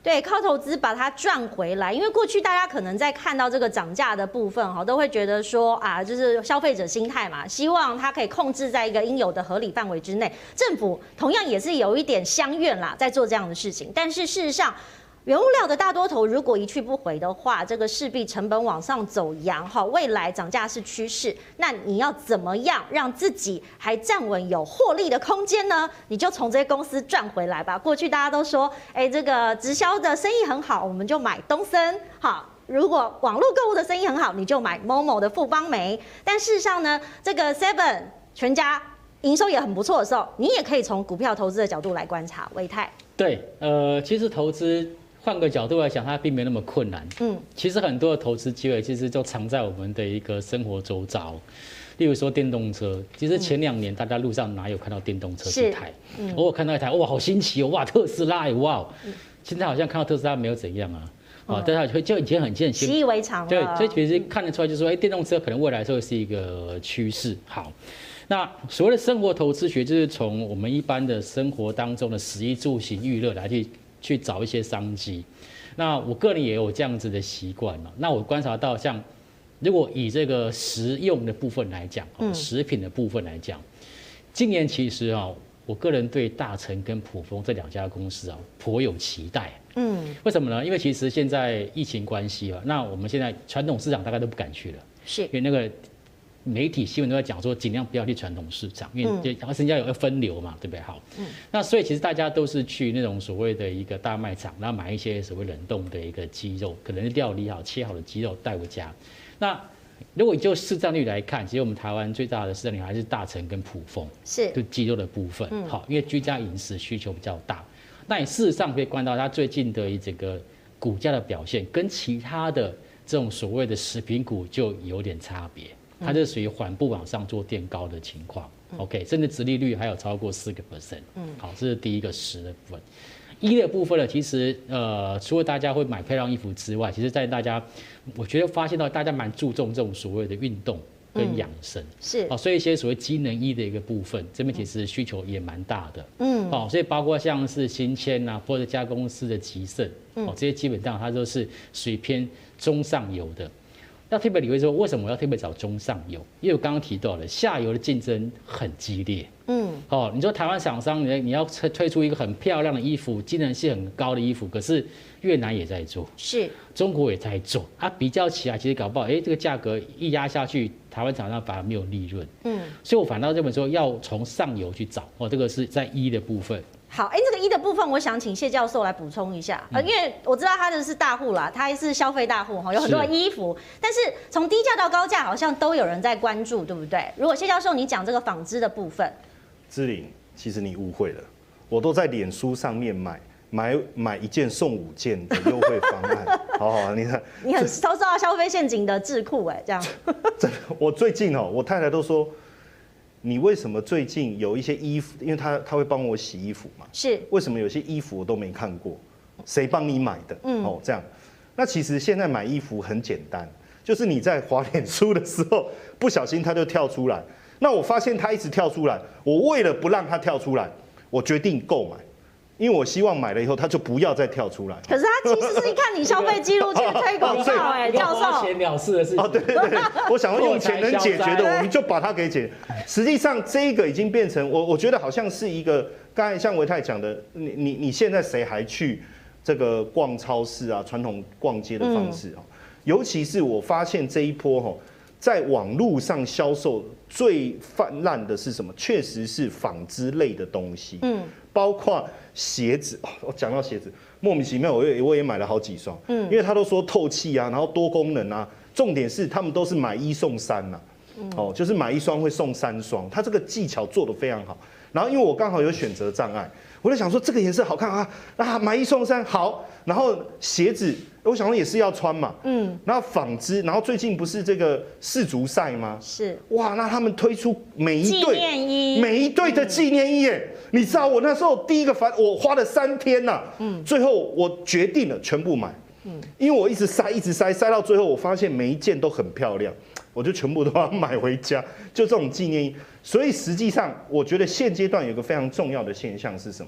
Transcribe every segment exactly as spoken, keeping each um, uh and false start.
对，靠投资把它赚回来。因为过去大家可能在看到这个涨价的部分哈，都会觉得说啊，就是消费者心态嘛，希望它可以控制在一个应有的合理范围之内。政府同样也是有一点相愿啦，在做这样的事情。但是事实上，原物料的大多头如果一去不回的话，这个势必成本往上走扬哈，未来涨价是趋势。那你要怎么样让自己还站稳有获利的空间呢？你就从这些公司赚回来吧。过去大家都说，哎，这个直销的生意很好，我们就买东森好。如果网络购物的生意很好，你就买 Momo 的富邦媒。但事实上呢，这个 Seven 全家营收也很不错的时候，你也可以从股票投资的角度来观察。唯泰， 对，呃，其实投资。换个角度来讲，它并没那么困难。嗯，其实很多的投资机会其实就藏在我们的一个生活周遭。例如说电动车，其实前两年大家路上哪有看到电动车这台？嗯，我有看到一台，哇，好新奇哦，哇，特斯拉，哇！现在好像看到特斯拉没有怎样啊，啊，但是就以前很见习以为常了。 对，所以其实看得出来，就是说，哎，电动车可能未来会是一个趋势。好，那所谓的生活投资学，就是从我们一般的生活当中的食衣住行娱乐来去。去找一些商机，那我个人也有这样子的习惯了。那我观察到，像如果以这个食用的部分来讲，嗯，食品的部分来讲，今年其实啊，我个人对大成跟普丰这两家公司啊颇有期待。嗯，为什么呢？因为其实现在疫情关系啊，那我们现在传统市场大概都不敢去了，是因为那个。媒体新闻都在讲说，尽量不要去传统市场，因为然后人家有个分流嘛，对不对？好，嗯，那所以其实大家都是去那种所谓的一个大卖场，然后买一些所谓冷冻的一个鸡肉，可能是料理好、切好的鸡肉带回家。那如果就市占率来看，其实我们台湾最大的市占率还是大成跟普丰，是就鸡肉的部分。好，因为居家饮食需求比较大。那你事实上可以观察到，它最近的这个股价的表现，跟其他的这种所谓的食品股就有点差别。它就属于缓步往上做垫高的情况 ，OK， 甚至殖利率还有超过四个 percent， 嗯，好，这是第一个十的部分。一的部分呢，其实呃，除了大家会买漂亮衣服之外，其实在大家，我觉得发现到大家蛮注重这种所谓的运动跟养生，嗯、是，哦，所以一些所谓机能衣的一个部分，这边其实需求也蛮大的，嗯，哦，所以包括像是新签啊，或者家公司的吉盛，哦，这些基本上它都是属于偏中上游的。要特别理会说，为什么我要特别找中上游？因为我刚刚提到了下游的竞争很激烈。嗯，哦，你说台湾厂商，你你要推出一个很漂亮的衣服，机能性很高的衣服，可是越南也在做，是，中国也在做，啊，比较起来，其实搞不好，哎、欸，这个价格一压下去，台湾厂商反而没有利润。嗯，所以我反倒认为说，要从上游去找，哦，这个是在一的部分。 好，哎，这个一的部分，我想请谢教授来补充一下，呃，因为我知道他的是大户啦，他是消费大户哈，有很多衣服，但是从低价到高价，好像都有人在关注，对不对？如果谢教授你讲这个纺织的部分， 芝玲，其实你误会了，我都在脸书上面买买买一件送五件的优惠方案，好好，你看， 你很都受到消费陷阱的智库哎，这样， 真的，我最近哦，我太太都说。你为什么最近有一些衣服？因为他他会帮我洗衣服嘛，是为什么有些衣服我都没看过？谁帮你买的？嗯，哦，这样。那其实现在买衣服很简单，就是你在滑脸书的时候，不小心它就跳出来。那我发现它一直跳出来，我为了不让它跳出来，我决定购买。因为我希望买了以后，他就不要再跳出来。 可是他其实是看你消费记录去推广告，哎，教授。 花钱了事的事情。 哦，对对对，我想要用钱能解决的，我们就把它给解决。实际上，这个已经变成我，我觉得好像是一个，刚才像维泰讲的，你你你现在谁还去这个逛超市啊，传统逛街的方式啊？尤其是我发现这一波哈，在网络上销售最泛滥的是什么？确实是纺织类的东西，嗯，包括。鞋子，我讲到鞋子，莫名其妙，我也我也买了好几双，嗯，因为他都说透气啊，然后多功能啊，重点是他们都是买一送三呐、啊，哦，就是买一双会送三双，他这个技巧做得非常好。然后因为我刚好有选择障碍，我就想说这个颜色好看啊，啊买一送三好。然后鞋子，我想说也是要穿嘛，嗯，然后纺织，然后最近不是这个世足赛吗？是，哇，那他们推出每一对每一对的纪念衣，哎，你知道我那时候第一个反，我花了三天呐、啊，嗯，最后我决定了全部买，嗯，因为我一直塞一直塞塞到最后，我发现每一件都很漂亮，我就全部都要买回家，就这种纪念衣。所以实际上，我觉得现阶段有一个非常重要的现象是什么？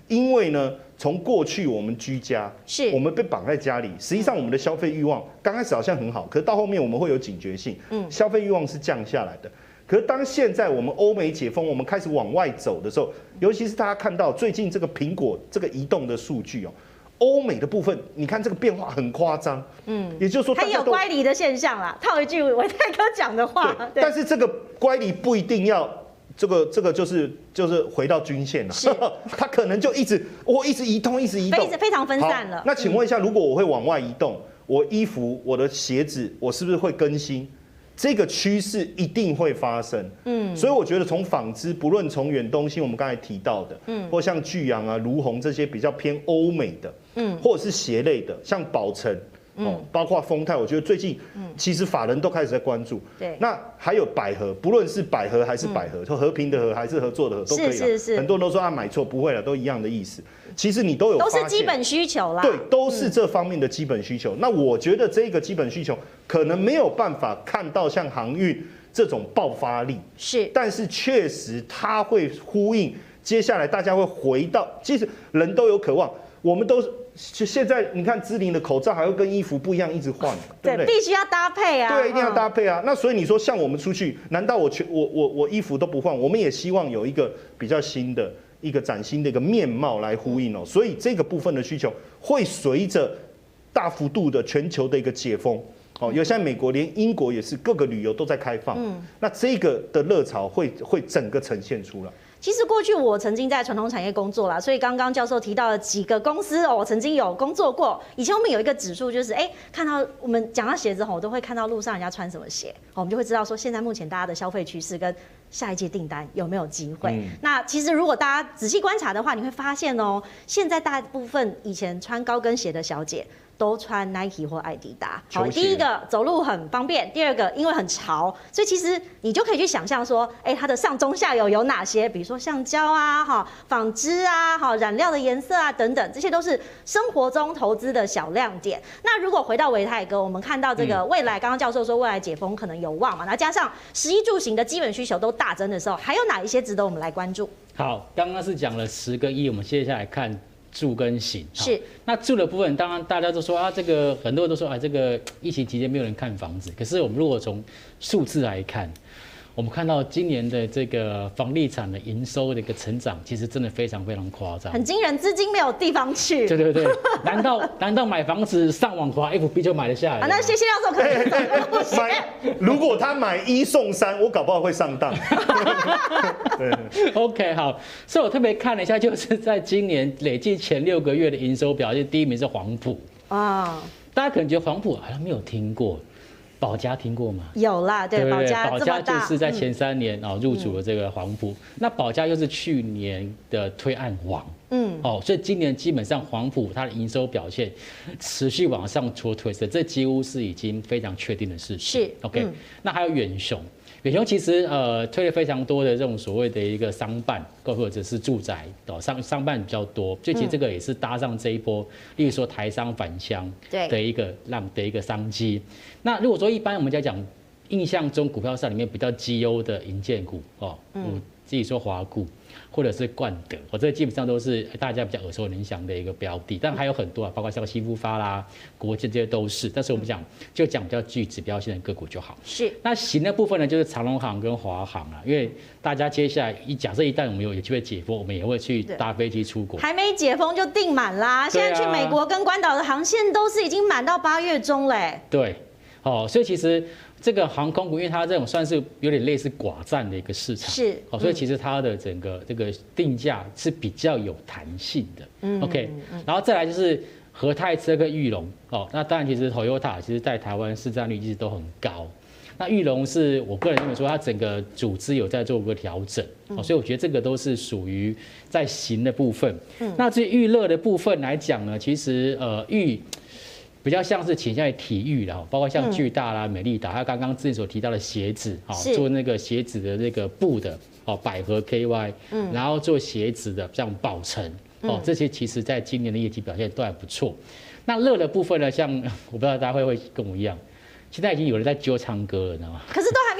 因为呢，从过去我们居家， 是我们被绑在家里，实际上我们的消费欲望刚开始好像很好，可是到后面我们会有警觉性，嗯，消费欲望是降下来的。可是当现在我们欧美解封，我们开始往外走的时候，尤其是大家看到最近这个苹果这个移动的数据哦，欧美的部分，你看这个变化很夸张，嗯，也就是说它有乖离的现象啦。套一句维泰哥讲的话， 对，但是这个乖离不一定要。这个这个就是就是回到均线了，它可能就一直我一直移动，一直移动， 非非常分散了。 那请问一下，如果我会往外移动，我衣服、我的鞋子，我是不是会更新？这个趋势一定会发生。嗯，所以我觉得从纺织，不论从远东新我们刚才提到的，嗯，或像巨阳啊、卢鸿这些比较偏欧美的，嗯，或者是鞋类的，像宝成。哦，包括丰泰，我觉得最近其实法人都开始在关注。 对， 那还有百合，不论是百合还是百合，就和平的和还是合作的和都可以。 是是是。 很多人都说啊买错，不会了，都一样的意思。其实你都有都是基本需求啦。 对，都是这方面的基本需求。那我觉得这个基本需求可能没有办法看到像航运这种爆发力， 是， 但是确实它会呼应接下来大家会回到，其实人都有渴望，我们都。现在你看，知名的口罩还会跟衣服不一样，一直换，对不对？ 必须要搭配啊。 对，一定要搭配啊。那所以你说，像我们出去，难道我全我我我衣服都不换？我们也希望有一个比较新的一个崭新的一个面貌来呼应哦。所以这个部分的需求会随着大幅度的全球的一个解封哦，有现在美国连英国也是各个旅游都在开放，嗯，那这个的热潮会会整个呈现出来。 其实过去我曾经在传统产业工作啦，所以刚刚教授提到了几个公司哦，我曾经有工作过。以前我们有一个指数，就是哎，看到我们讲到鞋子吼，我都会看到路上人家穿什么鞋，我们就会知道说现在目前大家的消费趋势跟下一季订单有没有机会。嗯、那其实如果大家仔细观察的话，你会发现哦，现在大部分以前穿高跟鞋的小姐。都穿 Nike 或艾迪达。好，第一个走路很方便，第二个因为很潮，所以其实你就可以去想象说，哎，它的上中下游有哪些？比如说橡胶啊、哈纺织啊、哈染料的颜色啊等等，这些都是生活中投资的小亮点。那如果回到维泰哥，我们看到这个未来，刚刚教授说未来解封可能有望嘛，那加上食衣住行的基本需求都大增的时候，还有哪一些值得我们来关注？ 好，刚刚是讲了十跟一，我们接下来看。住跟行是， 那住的部分，当然大家都说啊，这个很多人都说啊，这个疫情期间没有人看房子。可是我们如果从数字来看，我们看到今年的这个房地产的营收的一个成长，其实真的非常非常夸张， 很惊人，资金没有地方去。 对对对，难道难道买房子上网滑 F B 就买得下来？ 啊，那谢谢教授可能买，如果他买一送三，我搞不好会上当。 对 ，OK， 好，所以我特别看了一下，就是在今年累计前六个月的营收表现，第一名是黄埔啊，大家可能觉得黄埔好像没有听过。保家听过吗？ 有啦，对， 对保家保家就是在前三年啊、嗯、入主了这个黄埔。嗯、那保家又是去年的推案王，嗯，哦，所以今年基本上黄埔它的营收表现持续往上戳推升，这几乎是已经非常确定的事情。 是 ，OK、嗯。那还有远雄。远雄其实呃推了非常多的这种所谓的一个商办，或者是住宅哦商商办比较多，所以其实这个也是搭上这一波，例如说台商返乡的一个让的一个商机。那如果说一般我们在讲印象中股票市场里面比较绩优的营建股哦，嗯，自己说华固或者是冠德，我这基本上都是大家比较耳熟能详的一个标的，但还有很多啊，包括像新复发啦、国建这些都是。但是我们讲就讲比较具指标性的个股就好。 是。 那行的部分呢，就是长荣航跟华航啊，因为大家接下来一假设一旦我们有有机会解封，我们也会去搭飞机出国。 还没解封就订满啦，现在去美国跟关岛的航线都是已经满到八月中嘞。 对。哦，所以其实这个航空股，因为它这种算是有点类似寡占的一个市场， 是， 哦，所以其实它的整个这个定价是比较有弹性的。嗯 ，OK， 然后再来就是和泰车跟裕隆，哦，那当然其实 Toyota 其实在台湾市占率一直都很高。那裕隆是我个人认为说，它整个组织有在做个调整，哦，所以我觉得这个都是属于在行的部分。嗯，那至于裕乐的部分来讲呢，其实呃裕。比较像是倾向于体育啦，包括像巨大啦、美利达，还有刚刚之前所提到的鞋子，啊，做那个鞋子的那个布的，哦，百合 K Y， 嗯，然后做鞋子的像宝成，哦，这些其实在今年的业绩表现都还不错。那乐的部分呢，像我不知道大家会不会跟我一样，现在已经有人在揪唱歌了，你知道吗？ 可是都还没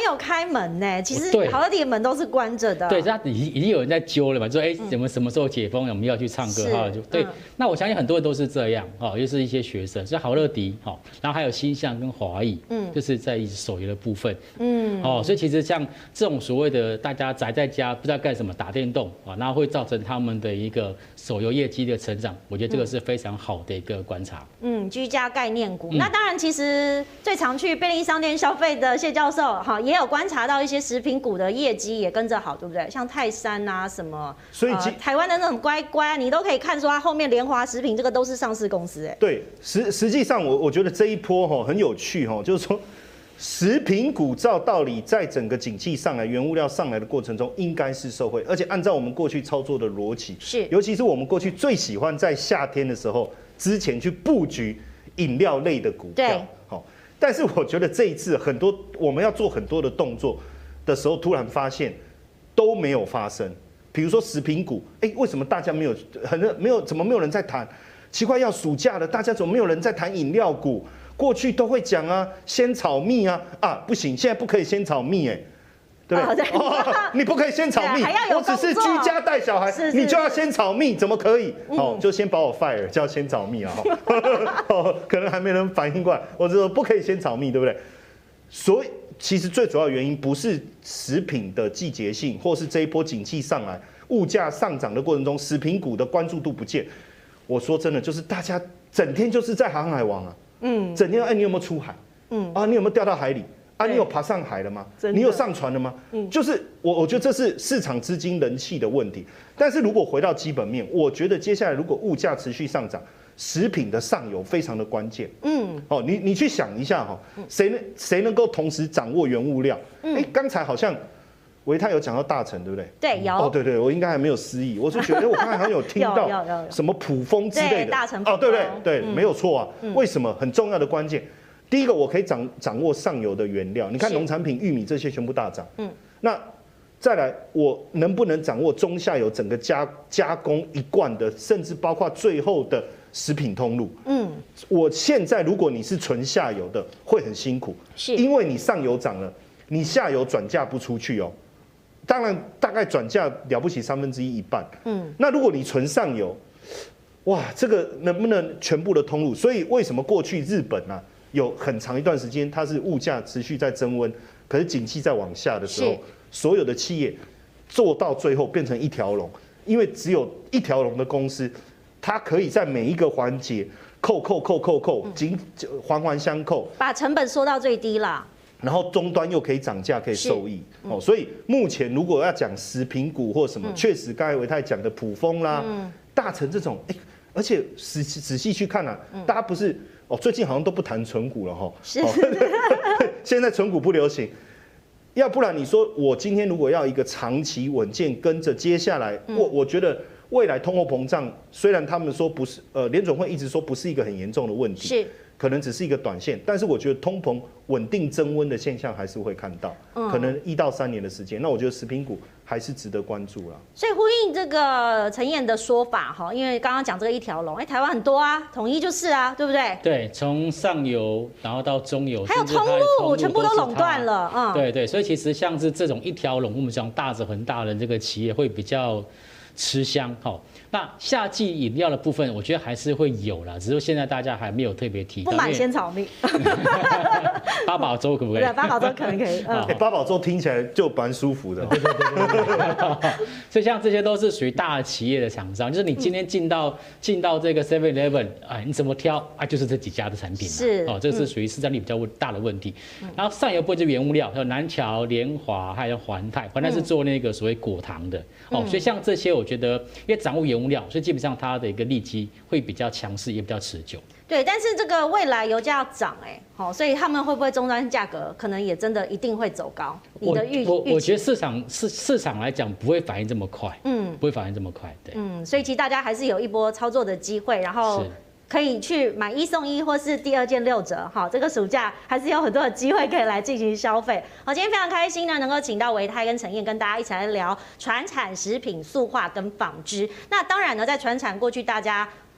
没有开门呢，其实好乐迪的门都是关着的。 对，那已已经有人在揪了嘛，说哎，我们什么时候解封，我们要去唱歌哈，就对。那我相信很多人都是这样哈，又是一些学生，所以好乐迪哈，然后还有星象跟华谊，嗯，就是在手游的部分，嗯，哦，所以其实像这种所谓的大家宅在家不知道干什么打电动啊，然后会造成他们的一个手游业绩的成长，我觉得这个是非常好的一个观察。 嗯，居家概念股，嗯、那当然其实最常去便利商店消费的谢教授哈，也有观察到一些食品股的业绩也跟着好，对不对？像泰山啊什么， 所以、呃、 台湾的那种乖乖，你都可以看出它后面联华食品这个都是上市公司哎。 对，实实际上我我觉得这一波哈很有趣哈，就是说。食品股照道理，在整个景气上来、原物料上来的过程中，应该是受惠，而且按照我们过去操作的逻辑， 是， 尤其是我们过去最喜欢在夏天的时候之前去布局饮料类的股票，好，但是我觉得这一次很多我们要做很多的动作的时候，突然发现都没有发生。比如说食品股，哎，为什么大家没有很没有怎么没有人在谈？奇怪，要暑假了，大家怎么没有人在谈饮料股？过去都会讲啊，鲜炒蜜啊，啊不行，现在不可以鲜炒蜜哎，对不对？哦、你不可以鲜炒蜜，我只是居家带小孩，是是你就要鲜炒蜜，怎么可以？嗯、哦，就先把我 fire 叫鲜炒蜜啊，哦，可能还没人反应过来，我就说不可以鲜炒蜜，对不对？所以其实最主要原因不是食品的季节性，或是这一波景气上来，物价上涨的过程中，食品股的关注度不见。我说真的，就是大家整天就是在航海王啊。嗯，整天哎，你有没有出海？嗯啊，你有没有掉到海里？啊，你有爬上海了吗？你有上船了吗？嗯，就是我我觉得这是市场资金人气的问题。但是如果回到基本面，我觉得接下来如果物价持续上涨，食品的上游非常的关键。嗯，哦，你你去想一下哈，谁能谁能够同时掌握原物料？哎，刚才好像维泰有讲到大成，对不对？ 对，有。 哦，对对，我应该还没有失忆，我是觉得，哎，我刚才好像有听到什么普丰之类的， 大成哦，对不对？对，没有错啊。为什么？很重要的关键，第一个，我可以掌掌握上游的原料，你看农产品、玉米这些全部大涨。嗯。那再来，我能不能掌握中下游整个加加工一贯的，甚至包括最后的食品通路？嗯。我现在如果你是纯下游的，会很辛苦，是因为你上游涨了，你下游转嫁不出去哦。当然，大概转嫁了不起三分之一一半。嗯，那如果你纯上游，哇，这个能不能全部的通路？所以为什么过去日本啊有很长一段时间它是物价持续在增温，可是景气在往下的时候，所有的企业做到最后变成一条龙，因为只有一条龙的公司，它可以在每一个环节扣扣扣扣扣，紧环环相扣， 把成本缩到最低啦。 然后终端又可以涨价，可以受益、嗯、哦，所以目前如果要讲食品股或什么，确、嗯、实刚才维泰讲的普丰啦、嗯、大成这种，哎，而且仔仔细去看啊，嗯、大家不是哦，最近好像都不谈存股了哈，是、哦，现在存股不流行，要不然你说我今天如果要一个长期稳健跟着接下来，嗯、我我觉得未来通货膨胀虽然他们说不是，呃，联总会一直说不是一个很严重的问题，是。可能只是一个短线，但是我觉得通膨稳定增温的现象还是会看到，嗯、可能一到三年的时间。那我觉得食品股还是值得关注啦。 所以呼应这个陈燕的说法哈，因为刚刚讲这个一条龙，哎，台湾很多啊，统一就是啊，对不对？ 对，从上游然后到中游， 还有通路，全部都垄断了，嗯， 对对，所以其实像是这种一条龙，我们讲大着很大的这个企业会比较吃香哈。那夏季饮料的部分，我觉得还是会有啦，只是现在大家还没有特别提到。 不买仙草蜜， 八宝粥可不可以？ 对，八宝粥可能可以。嗯， 欸、八宝粥听起来就蛮舒服的。 对对对。所以像这些都是属于大企业的厂商，就是你今天进到进到这个 Seven Eleven， 哎，你怎么挑啊？就是这几家的产品。是。哦，这个是属于市占率比较大的问题。嗯、然后上游部分就原物料，还有南侨、联华，还有环泰，环泰是做那个所谓果糖的。哦，嗯、所以像这些，我觉得因为掌握原物料，所以基本上它的一个利基会比较强势，也比较持久。 对，但是这个未来油价要涨，哎，好，所以他们会不会终端价格可能也真的一定会走高？你的预我我觉得市场市市场来讲不会反应这么快，嗯，不会反应这么快，对， 嗯，所以其实大家还是有一波操作的机会，然后可以去买一送一或是第二件六折，好，这个暑假还是有很多的机会可以来进行消费。好，今天非常开心呢，能够请到维泰跟陈燕跟大家一起来聊传产、食品、塑化跟纺织。那当然呢，在传产过去大家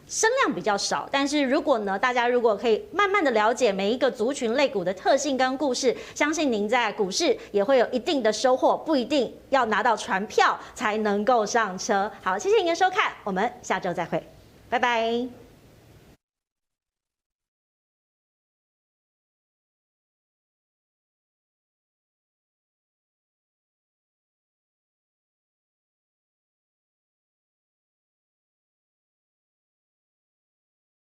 声量比较少，但是如果呢，大家如果可以慢慢的了解每一个族群类股的特性跟故事，相信您在股市也会有一定的收获，不一定要拿到船票才能够上车。好，谢谢您的收看，我们下周再会，拜拜。